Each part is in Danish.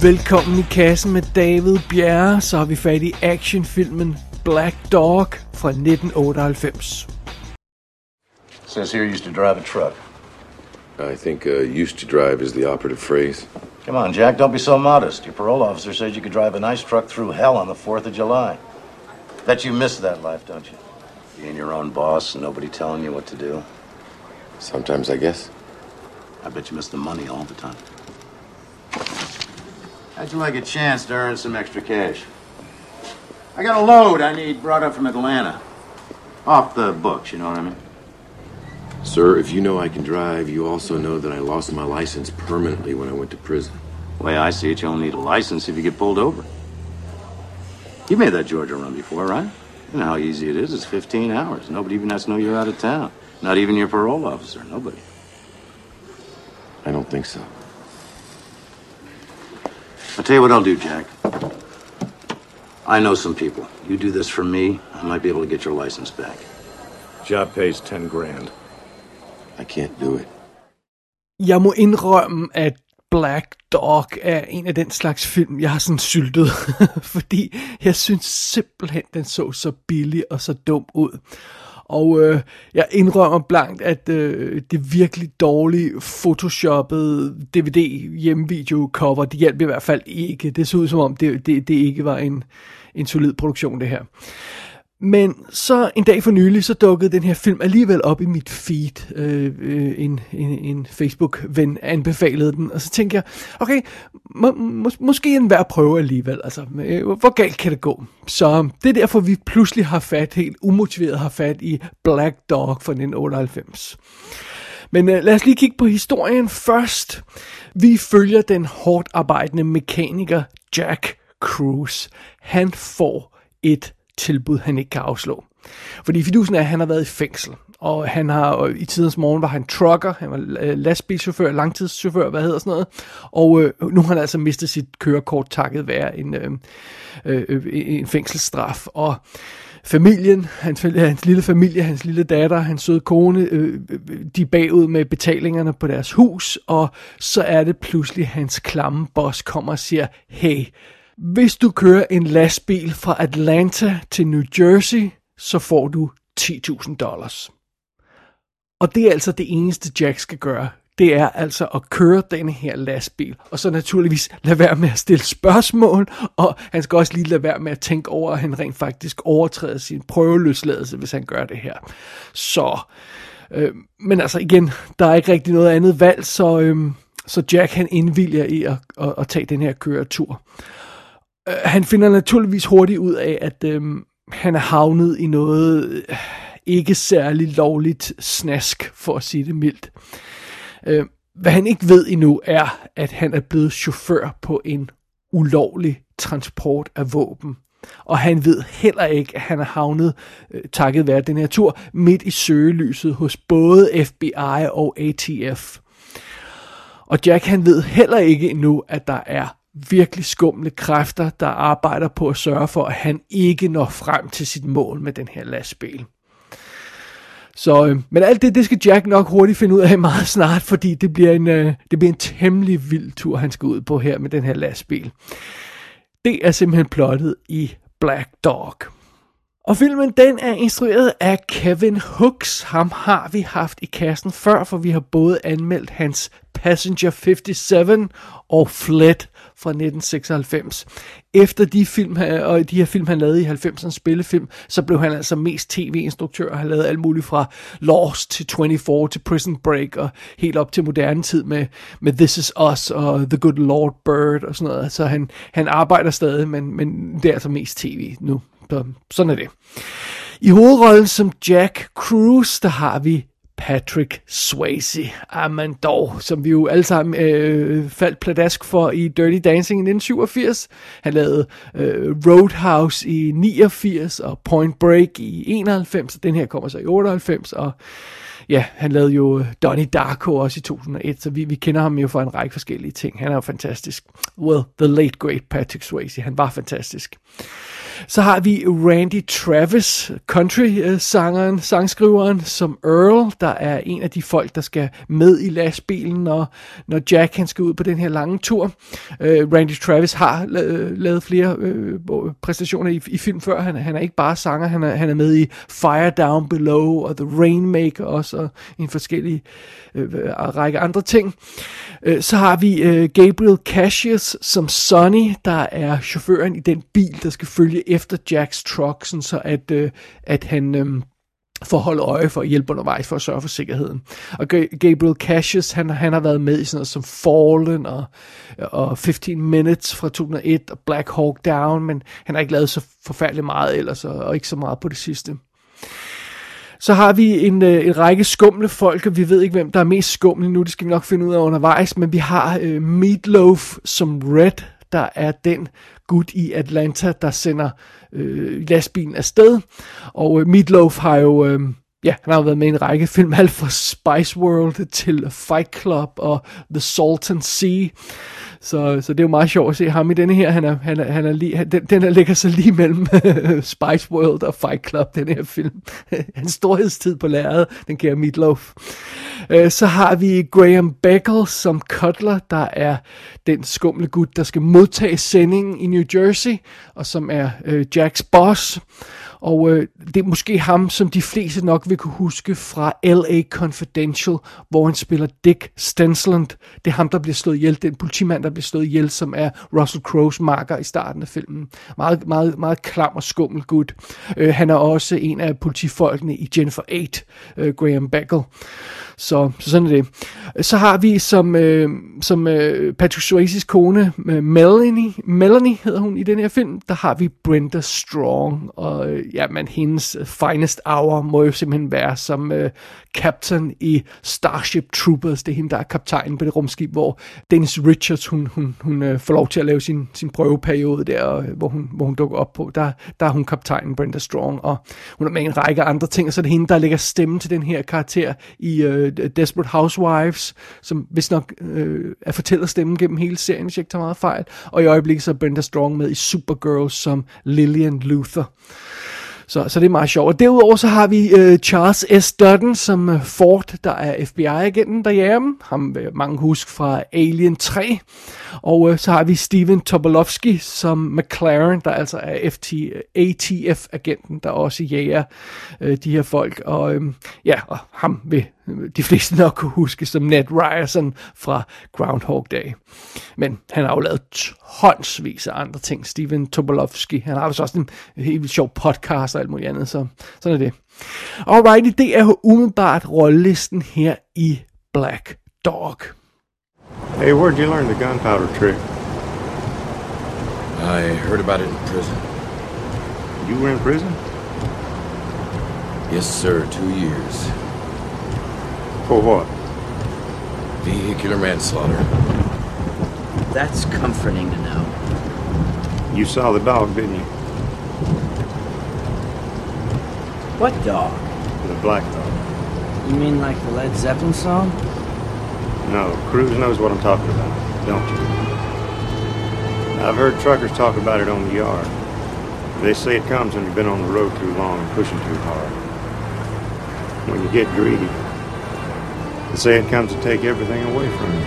Velkommen i kassen med David Bjerre, så har vi fat i actionfilmen Black Dog fra 1998. Says here you used to drive a truck. I think used to drive is the operative phrase. Come on, Jack, don't be so modest. Your parole officer said you could drive a nice truck through hell on the 4th of July. Bet you miss that life, don't you? Being your own boss and nobody telling you what to do. Sometimes, I guess. I bet you miss the money all the time. How'd you like a chance to earn some extra cash? I got a load I need brought up from Atlanta. Off the books, you know what I mean? Sir, if you know I can drive, you also know that I lost my license permanently when I went to prison. The way I see it, you only need a license if you get pulled over. You made that Georgia run before, right? You know how easy it is. It's 15 hours. Nobody even has to know you're out of town. Not even your parole officer. Nobody. I don't think so. I'll tell you what I'll do, Jack. I know some people. You do this for me, I might be able to get your license back. Job pays 10 grand. I can't do it. Jeg må indrømme, at Black Dog er en af den slags film, jeg har sådan syltet, fordi jeg synes simpelthen, den så billig og så dum ud. Og jeg indrømmer blankt, at det virkelig dårlige photoshoppede DVD hjemmevideo cover, det hjalp i hvert fald ikke. Det så ud som om, det ikke var en solid produktion, det her. Men så en dag for nylig, så dukkede den her film alligevel op i mit feed. En Facebook-ven anbefalede den, og så tænkte jeg, okay, måske en værd at prøve alligevel. Altså, hvor galt kan det gå? Så det er derfor, vi pludselig helt umotiveret har fat i Black Dog fra 1998. Men lad os lige kigge på historien først. Vi følger den hårdt arbejdende mekaniker Jack Cruz. Han får et tilbud, han ikke kan afslå. Fordi fidusen er, at han har været i fængsel, og han har i tidens morgen var han trucker, han var lastbilchauffør, langtidschauffør, hvad hedder sådan noget, og nu har han altså mistet sit kørekort takket være en fængselsstraf, og familien, hans lille familie, hans lille datter, hans søde kone, de er bagud med betalingerne på deres hus, og så er det pludselig hans klamme boss kommer og siger, hey, hvis du kører en lastbil fra Atlanta til New Jersey, så får du $10,000. Og det er altså det eneste, Jack skal gøre. Det er altså at køre denne her lastbil. Og så naturligvis lade være med at stille spørgsmål. Og han skal også lige lade være med at tænke over, at han rent faktisk overtræder sin prøveløsladelse, hvis han gør det her. Så, men altså igen, der er ikke rigtig noget andet valg, så Jack han indvilger i at tage den her køretur. Han finder naturligvis hurtigt ud af, at han er havnet i noget ikke særlig lovligt snask, for at sige det mildt. Hvad han ikke ved endnu er, at han er blevet chauffør på en ulovlig transport af våben. Og han ved heller ikke, at han er havnet, takket være den her tur, midt i søgelyset hos både FBI og ATF. Og Jack han ved heller ikke endnu, at der er virkelig skumle kræfter, der arbejder på at sørge for, at han ikke når frem til sit mål med den her lastbil. Så, men alt det skal Jack nok hurtigt finde ud af meget snart, fordi det bliver en temmelig vild tur, han skal ud på her med den her lastbil. Det er simpelthen plottet i Black Dog. Og filmen, den er instrueret af Kevin Hooks. Ham har vi haft i kassen før, for vi har både anmeldt hans Passenger 57 og Fled fra 1996. Efter de her film, han lavede i 90'erne spillefilm, så blev han altså mest tv-instruktør og har lavet alt muligt fra Lost til 24 til Prison Break og helt op til moderne tid med This Is Us og The Good Lord Bird og sådan noget. Så han arbejder stadig, men det er altså mest tv nu. Sådan er det. I hovedrollen som Jack Cruz, der har vi Patrick Swayze. Amen dog, som vi jo alle sammen faldt pladask for i Dirty Dancing i 1987. Han lavede Roadhouse i 89 og Point Break i 91. Den her kommer så i 98, og ja, han lavede jo Donnie Darko også i 2001, så vi kender ham jo for en række forskellige ting. Han er jo fantastisk. Well, the late great Patrick Swayze, han var fantastisk. Så har vi Randy Travis, sangskriveren, som Earl, der er en af de folk, der skal med i lastbilen, når Jack han skal ud på den her lange tur. Randy Travis har lavet flere præstationer i film før. Han er ikke bare sanger, han er med i Fire Down Below og The Rainmaker også, og en forskellig række andre ting. Så har vi Gabriel Cassius som Sonny, der er chaufføren i den bil, der skal følge efter Jacks truck, sådan så at han får holde øje for at hjælpe undervejs for at sørge for sikkerheden. Og Gabriel Cassius, han har været med i sådan noget som Fallen og 15 Minutes fra 2001 og Black Hawk Down, men han har ikke lavet så forfærdeligt meget ellers, og ikke så meget på det sidste. Så har vi en række skumle folk, og vi ved ikke, hvem der er mest skumle nu, det skal vi nok finde ud af undervejs, men vi har Meatloaf som Red, der er den gut i Atlanta, der sender lastbilen afsted, og Meatloaf har jo, han har været med i en række film, alt fra Spice World til Fight Club og The Salton Sea. Så det er jo meget sjovt at se ham i denne her. Den ligger så lige mellem Spice World og Fight Club, den her film. Hans storhedstid på lærredet, den kære Meatloaf. Så har vi Graham Beckel som Cutler, der er den skumle gut, der skal modtage sendingen i New Jersey, og som er Jacks boss. Og det er måske ham, som de fleste nok vil kunne huske fra L.A. Confidential, hvor han spiller Dick Stensland. Det er ham, der bliver slået ihjel, den politimand, der bliver slået ihjel, som er Russell Crowe's makker i starten af filmen. Meget, meget, meget klam og skummel gut. Han er også en af politifolkene i Jennifer 8, Graham Beckel. Så sådan er det. Så har vi som Patrick Swayzes kone, Melanie hedder hun i den her film, der har vi Brenda Strong, og hendes finest hour må jo simpelthen være som captain i Starship Troopers. Det er hende, der er kaptajnen på det rumskib, hvor Dennis Richards, hun får lov til at lave sin prøveperiode der, hvor hun dukker op på. Der er hun kaptajnen, Brenda Strong, og hun er med en række andre ting, og så er det hende, der lægger stemme til den her karakter i Desperate Housewives, som vist nok er fortællerstemmen gennem hele serien, hvis jeg ikke tager meget fejl. Og i øjeblikket så er Brenda Strong med i Supergirl som Lillian Luther. Så det er meget sjovt. Og derudover så har vi Charles S. Dutton som Ford, der er FBI-agenten derhjemme. Ham vil mange huske fra Alien 3. Og så har vi Steven Tobolowsky som McLaren, der altså er ATF-agenten, der også jager de her folk. Og og ham vil de fleste nok kunne huske som Ned Ryerson fra Groundhog Day. Men han har jo lavet tonsvis af andre ting, Steven Tobolowsky. Han har også en helt sjov podcast og alt muligt andet, så sådan er det. Alrighty, det er jo umiddelbart rollelisten her i Black Dog. Hey, where'd you learn the gunpowder trick? I heard about it in prison. You were in prison? Yes, sir, 2 years. For what? Vehicular manslaughter. That's comforting to know. You saw the dog, didn't you? What dog? The black dog. You mean like the Led Zeppelin song? No, Cruz knows what I'm talking about, don't you? I've heard truckers talk about it on the yard. They say it comes when you've been on the road too long and pushing too hard. When you get greedy. They say it comes to take everything away from you.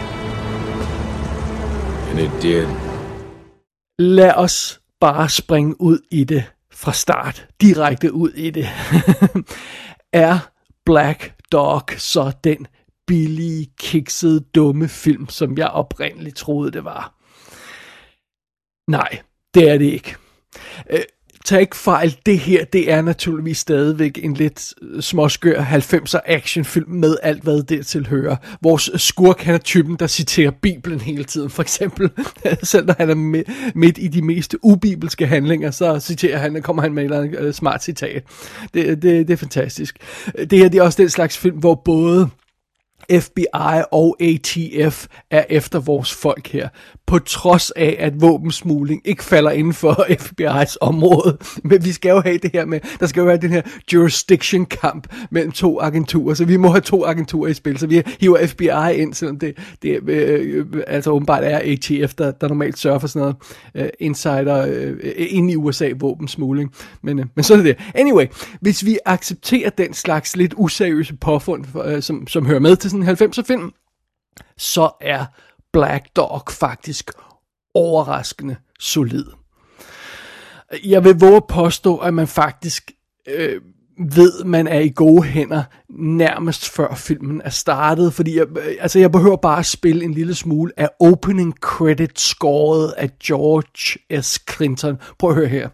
And it did. Lad os bare springe ud i det fra start. Direkte ud i det. Er Black Dog så den billige, kiksede, dumme film, som jeg oprindeligt troede, det var? Nej, det er det ikke. Tag ikke fejl, det her, det er naturligvis stadigvæk en lidt småskør 90'er actionfilm med alt, hvad det tilhører. Vores skurk, han er typen, der citerer Bibelen hele tiden, for eksempel. Selv når han er midt i de mest ubibelske handlinger, så kommer han med et eller andet smart citat. Det er fantastisk. Det her, det er også den slags film, hvor både FBI og ATF er efter vores folk her, på trods af, at våbensmugling ikke falder inden for FBI's område. Men vi skal jo have det her med, der skal jo være den her jurisdiction-kamp mellem to agenturer, så vi må have to agenturer i spil, så vi hiver FBI ind, selvom det altså åbenbart er ATF, der normalt sørger for sådan noget insider ind i USA våbensmugling. Men sådan er det. Anyway, hvis vi accepterer den slags lidt useriøse påfund, som hører med til sådan en 90'er film, så er Black Dog faktisk overraskende solid. Jeg vil våge at påstå, at man faktisk ved, man er i gode hænder nærmest før filmen er startet, fordi jeg behøver bare at spille en lille smule af opening credit scoret af George S. Clinton. Prøv at høre her.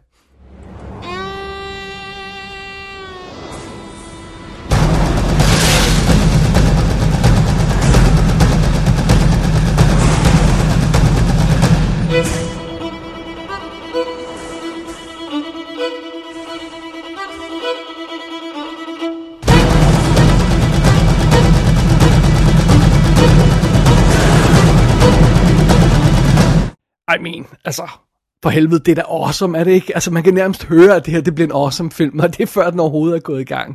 Altså, for helvede, det er da awesome, er det ikke? Altså, man kan nærmest høre, at det her, det bliver en awesome film, og det er før den overhovedet er gået i gang.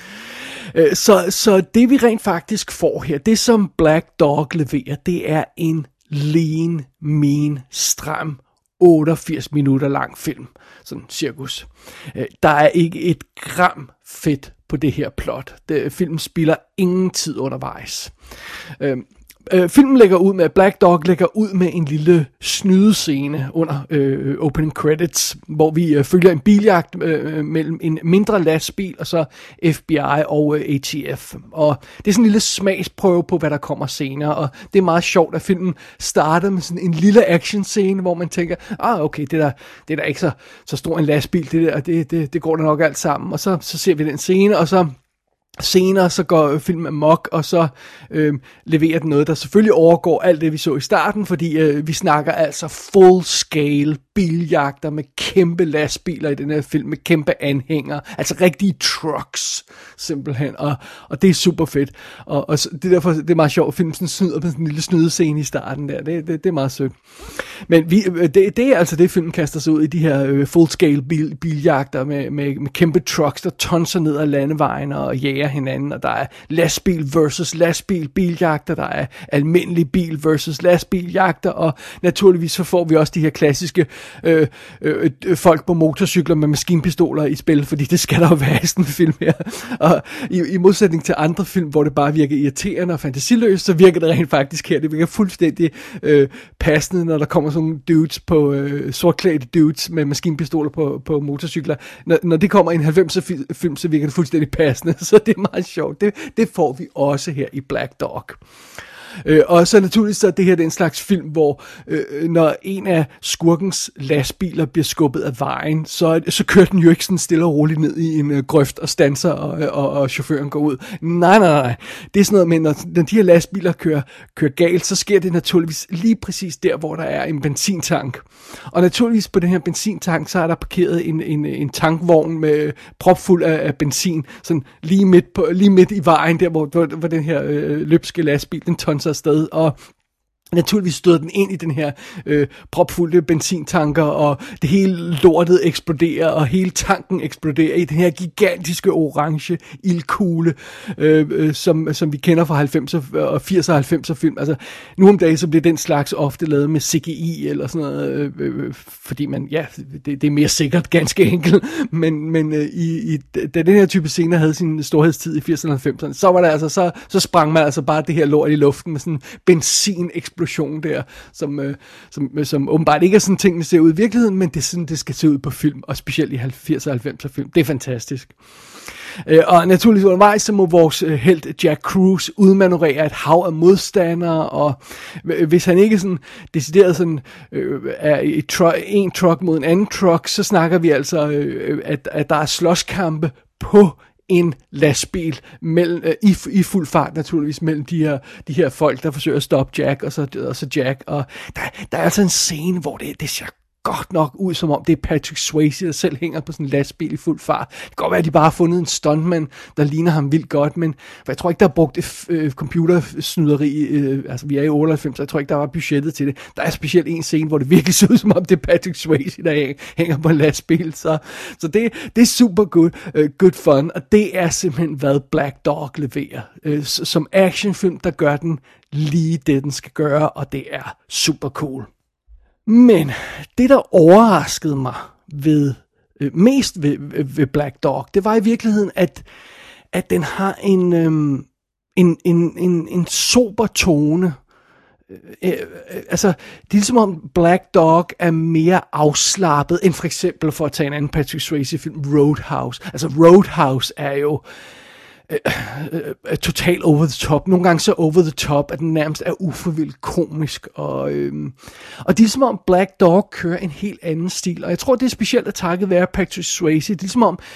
Så det vi rent faktisk får her, det som Black Dog leverer, det er en lean, mean, stram, 88 minutter lang film. Sådan cirkus. Der er ikke et gram fedt på det her plot. Filmen spilder ingen tid undervejs. Filmen lægger ud med, Black Dog lægger ud med en lille snydescene under opening credits, hvor vi følger en biljagt mellem en mindre lastbil og så FBI og ATF. Og det er sådan en lille smagsprøve på, hvad der kommer senere, og det er meget sjovt, at filmen starter med sådan en lille actionscene, hvor man tænker, okay, det er da ikke så stor en lastbil, det går da nok alt sammen, og så ser vi den scene, og så senere så går filmen amok, og så leverer den noget, der selvfølgelig overgår alt det, vi så i starten, fordi vi snakker altså full-scale biljagter med kæmpe lastbiler i den her film, med kæmpe anhænger, altså rigtige trucks, simpelthen, og det er super fedt, og det er derfor, det er meget sjovt, at filmen sådan snyder på sådan en lille snydescene i starten der, det er meget sødt. Men det er altså det, filmen kaster sig ud i, de her full-scale biljagter med kæmpe trucks, der tonser ned ad landevejen og jager hinanden, og der er lastbil versus lastbil biljagter, der er almindelig bil versus lastbiljagter, og naturligvis så får vi også de her klassiske folk på motorcykler med maskinpistoler i spil, fordi det skal der jo være i sådan en film her. Og i modsætning til andre film, hvor det bare virker irriterende og fantasiløst, så virker det rent faktisk her. Det virker fuldstændig passende, når der kommer sådan nogle dudes på sortklædte dudes med maskinpistoler på motorcykler. Når det kommer i en 90'er film, så virker det fuldstændig passende, så det er meget sjovt. Det får vi også her i Black Dog. Og så naturligvis så er det her den slags film, hvor når en af skurkens lastbiler bliver skubbet af vejen, så kører den jo ikke sådan stille og roligt ned i en grøft og standser, og chaufføren går ud. Nej. Det er sådan noget med, når de her lastbiler kører galt, så sker det naturligvis lige præcis der, hvor der er en benzintank. Og naturligvis på den her benzintank, så er der parkeret en tankvogn med propfuld af benzin, sådan lige midt i vejen, der hvor den her løbske lastbil, den tonser afsted, og naturligvis støder den ind i den her propfulde benzintanker, og det hele lortet eksploderer, og hele tanken eksploderer i den her gigantiske orange ildkugle, som vi kender fra 90'er og 80'er og 90'er film. Altså, nu om dagen så bliver den slags ofte lavet med CGI eller sådan noget, fordi man, det er mere sikkert, ganske enkelt, men da den her type scener havde sin storhedstid i 80'erne og 90'erne, så var der altså, så sprang man altså bare det her lort i luften med sådan en benzineksplosion der, som åbenbart ikke er sådan tingene ser ud i virkeligheden, men det er sådan, det skal se ud på film, og specielt i 80'er og 90'er film. Det er fantastisk. Og naturligvis undervejs, så må vores helt Jack Cruise udmanøvrere et hav af modstandere, og hvis han ikke sådan decideret sådan er en truck mod en anden truck, så snakker vi altså, at der er slåskampe på en lastbil i fuld fart naturligvis mellem de her folk, der forsøger at stoppe Jack og så Jack, og der er altså en scene, hvor det ser godt nok ud, som om det er Patrick Swayze, der selv hænger på sådan en lastbil i fuld fart. Det kan godt være, at de bare har fundet en stuntman, der ligner ham vildt godt, men for jeg tror ikke, der er brugt computersnyderi. Altså, vi er i 98, så jeg tror ikke, der var budgettet til det. Der er specielt en scene, hvor det virkelig ser ud, som om det er Patrick Swayze, der hænger på en lastbil. Så det er super good fun, og det er simpelthen, hvad Black Dog leverer. Som actionfilm, der gør den lige det, den skal gøre, og det er super cool. Men det, der overraskede mig mest ved Black Dog, det var i virkeligheden, at den har en sober tone. Altså, det er ligesom om Black Dog er mere afslappet end for eksempel, for at tage en anden Patrick Swayze film, Roadhouse. Altså, Roadhouse er jo totalt over the top. Nogle gange så over the top, at den nærmest er uforvildt komisk. Og det er som om Black Dog kører en helt anden stil. Og jeg tror, det er specielt at takket være Patrick Swayze. Det er som om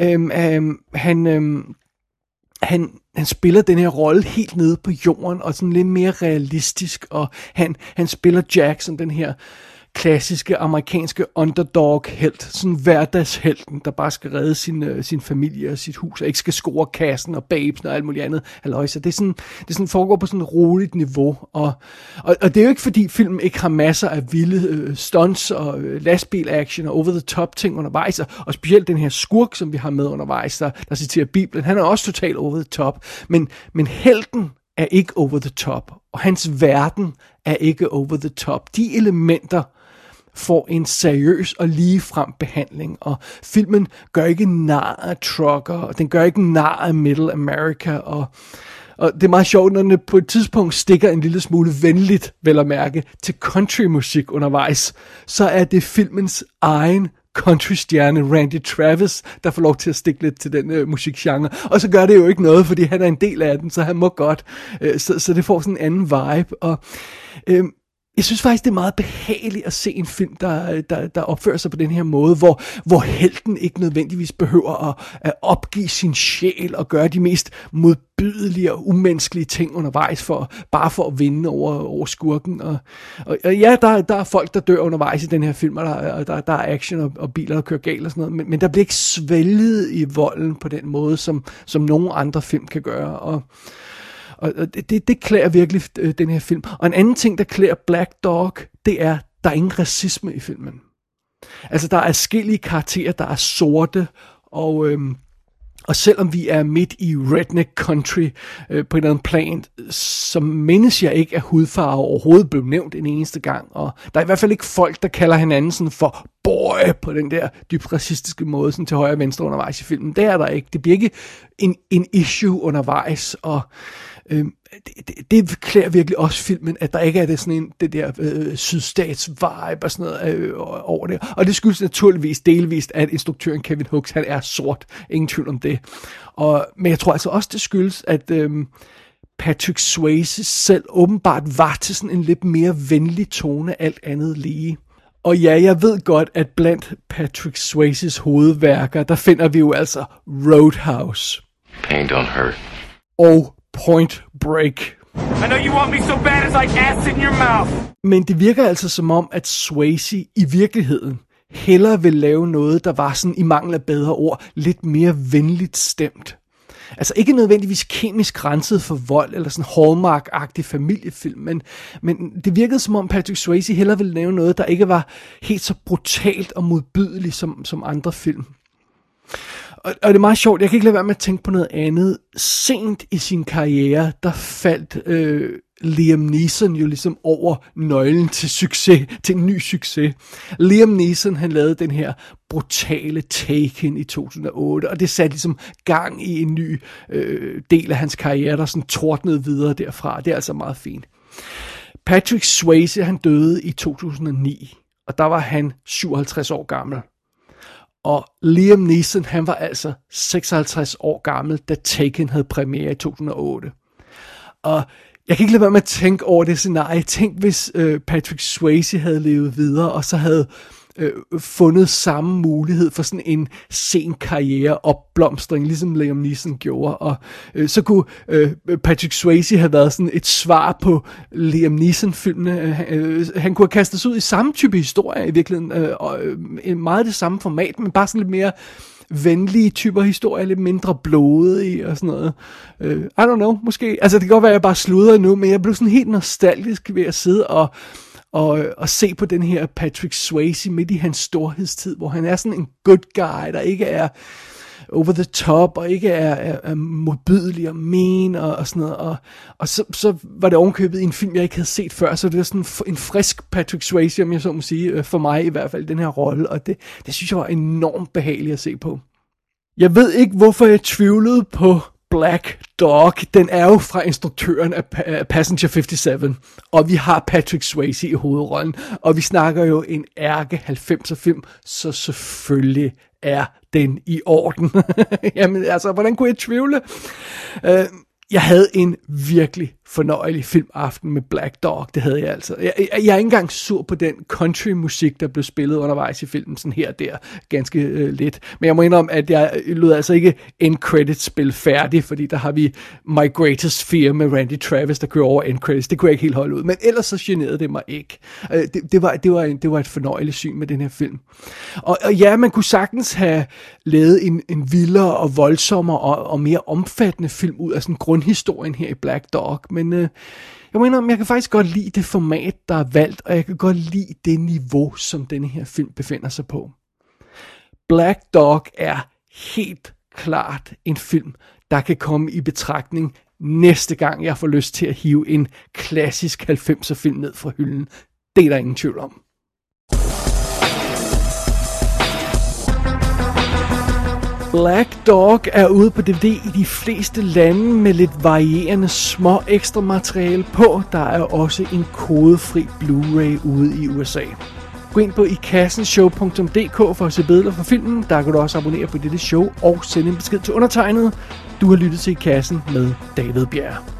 han spiller den her rolle helt nede på jorden, og sådan lidt mere realistisk, og han spiller Jack som den her klassiske amerikanske underdog-helt, sådan hverdagshelten, der bare skal redde sin familie og sit hus, og ikke skal score kassen og babesen og alt muligt andet. Så det er sådan foregår på sådan et roligt niveau, og det er jo ikke fordi filmen ikke har masser af vilde stunts og lastbil-action og over-the-top ting undervejs, og specielt den her skurk, som vi har med undervejs, der citerer Bibelen, han er også totalt over-the-top, men helten er ikke over-the-top, og hans verden er ikke over-the-top. De elementer får en seriøs og ligefrem behandling, og filmen gør ikke nar af trucker, og den gør ikke nar af Middle America, og det er meget sjovt, når den på et tidspunkt stikker en lille smule venligt, vel at mærke, til countrymusik undervejs, så er det filmens egen countrystjerne Randy Travis, der får lov til at stikke lidt til den musikgenre. Og så gør det jo ikke noget, fordi han er en del af den, så han må godt. Så det får sådan en anden vibe. Og jeg synes faktisk, det er meget behageligt at se en film, der opfører sig på den her måde, hvor helten ikke nødvendigvis behøver at opgive sin sjæl og gøre de mest modbydelige og umenneskelige ting undervejs, bare for at vinde over skurken. Og ja, der er folk, der dør undervejs i den her film, og der er action og biler, der kører galt og sådan noget, men der bliver ikke svælget i volden på den måde, som nogle andre film kan gøre. Og det klæder virkelig den her film. Og en anden ting, der klæder Black Dog, det er, der er ingen racisme i filmen. Altså, der er adskillige karakterer, der er sorte, og selvom vi er midt i redneck country på en eller anden plan, så mindes jeg ikke, at hudfarve overhovedet blev nævnt en eneste gang. Og der er i hvert fald ikke folk, der kalder hinanden sådan for boy på den der dybt racistiske måde, sådan til højre og venstre undervejs i filmen. Det er der ikke. Det bliver ikke en issue undervejs, og det klæder virkelig også filmen, at der ikke er det der sydstats-vibe og sådan noget over det. Og det skyldes naturligvis delvist, at instruktøren Kevin Hooks, han er sort. Ingen tvivl om det. Men jeg tror altså også, det skyldes, at Patrick Swayze selv åbenbart var til sådan en lidt mere venlig tone, alt andet lige. Og ja, jeg ved godt, at blandt Patrick Swayzes hovedværker, der finder vi jo altså Roadhouse. Pain don't hurt. Og Point Break. I know you want me so bad it's like acid in your mouth. Men det virker altså som om, at Swayze i virkeligheden hellere vil lave noget, der var sådan i mangel af bedre ord, lidt mere venligt stemt. Altså ikke nødvendigvis kemisk renset for vold, eller sådan Hallmark-agtig familiefilm, men det virkede som om Patrick Swayze hellere ville lave noget, der ikke var helt så brutalt og modbydeligt som andre film. Og det er meget sjovt, jeg kan ikke lade være med at tænke på noget andet. Sent i sin karriere, der faldt Liam Neeson jo ligesom over nøglen til succes, til en ny succes. Liam Neeson, han lavede den her brutale Taken i 2008, og det satte ligesom gang i en ny del af hans karriere, der sådan tordnede videre derfra. Det er altså meget fint. Patrick Swayze, han døde i 2009, og der var han 57 år gammel. Og Liam Neeson, han var altså 56 år gammel, da Taken havde premiere i 2008. Og jeg kan ikke lade være med at tænke over det scenarie. Tænk, hvis Patrick Swayze havde levet videre, og så havde fundet samme mulighed for sådan en sen karriere opblomstring, ligesom Liam Neeson gjorde, og så kunne Patrick Swayze have været sådan et svar på Liam Neeson-filmene. Han kunne have kastet sig ud i samme type historie i virkeligheden, meget det samme format, men bare sådan lidt mere venlige typer historier, lidt mindre blodige og sådan noget. I don't know, måske. Altså, det kan godt være, at jeg bare sluder nu, men jeg blev sådan helt nostalgisk ved at sidde og se på den her Patrick Swayze midt i hans storhedstid, hvor han er sådan en good guy, der ikke er over the top, og ikke er modbydelig og mean, og sådan noget. Og så var det ovenkøbet i en film, jeg ikke havde set før, så det var sådan en frisk Patrick Swayze, om jeg så må sige, for mig i hvert fald, den her rolle, og det synes jeg var enormt behageligt at se på. Jeg ved ikke, hvorfor jeg tvivlede på Black Dog. Den er jo fra instruktøren af Passenger 57, og vi har Patrick Swayze i hovedrollen, og vi snakker jo en ærke 90'er film, så selvfølgelig er den i orden. Jamen altså, hvordan kunne jeg tvivle? Jeg havde en virkelig fornøjelig filmaften med Black Dog, det havde jeg altså. Jeg er ikke engang sur på den country-musik, der blev spillet undervejs i filmen, sådan her og der, ganske lidt. Men jeg må indrømme, at jeg lød altså ikke end credits-spil færdig, fordi der har vi My Greatest Fear med Randy Travis, der kører over end credits. Det kunne jeg ikke helt holde ud, men ellers så generede det mig ikke. Det var et fornøjeligt syn med den her film. Og ja, man kunne sagtens have lavet en vildere og voldsommere og mere omfattende film ud af sådan grundhistorien her i Black Dog, men jeg må indrømme, jeg kan faktisk godt lide det format, der er valgt, og jeg kan godt lide det niveau, som denne her film befinder sig på. Black Dog er helt klart en film, der kan komme i betragtning næste gang, jeg får lyst til at hive en klassisk 90'er film ned fra hylden. Det er der ingen tvivl om. Black Dog er ude på DVD i de fleste lande med lidt varierende små ekstra materiale på. Der er også en kodefri Blu-ray ude i USA. Gå ind på ikassenshow.dk for at se billeder fra filmen. Der kan du også abonnere på dette show og sende en besked til undertegnet. Du har lyttet til I Kassen med David Bjerg.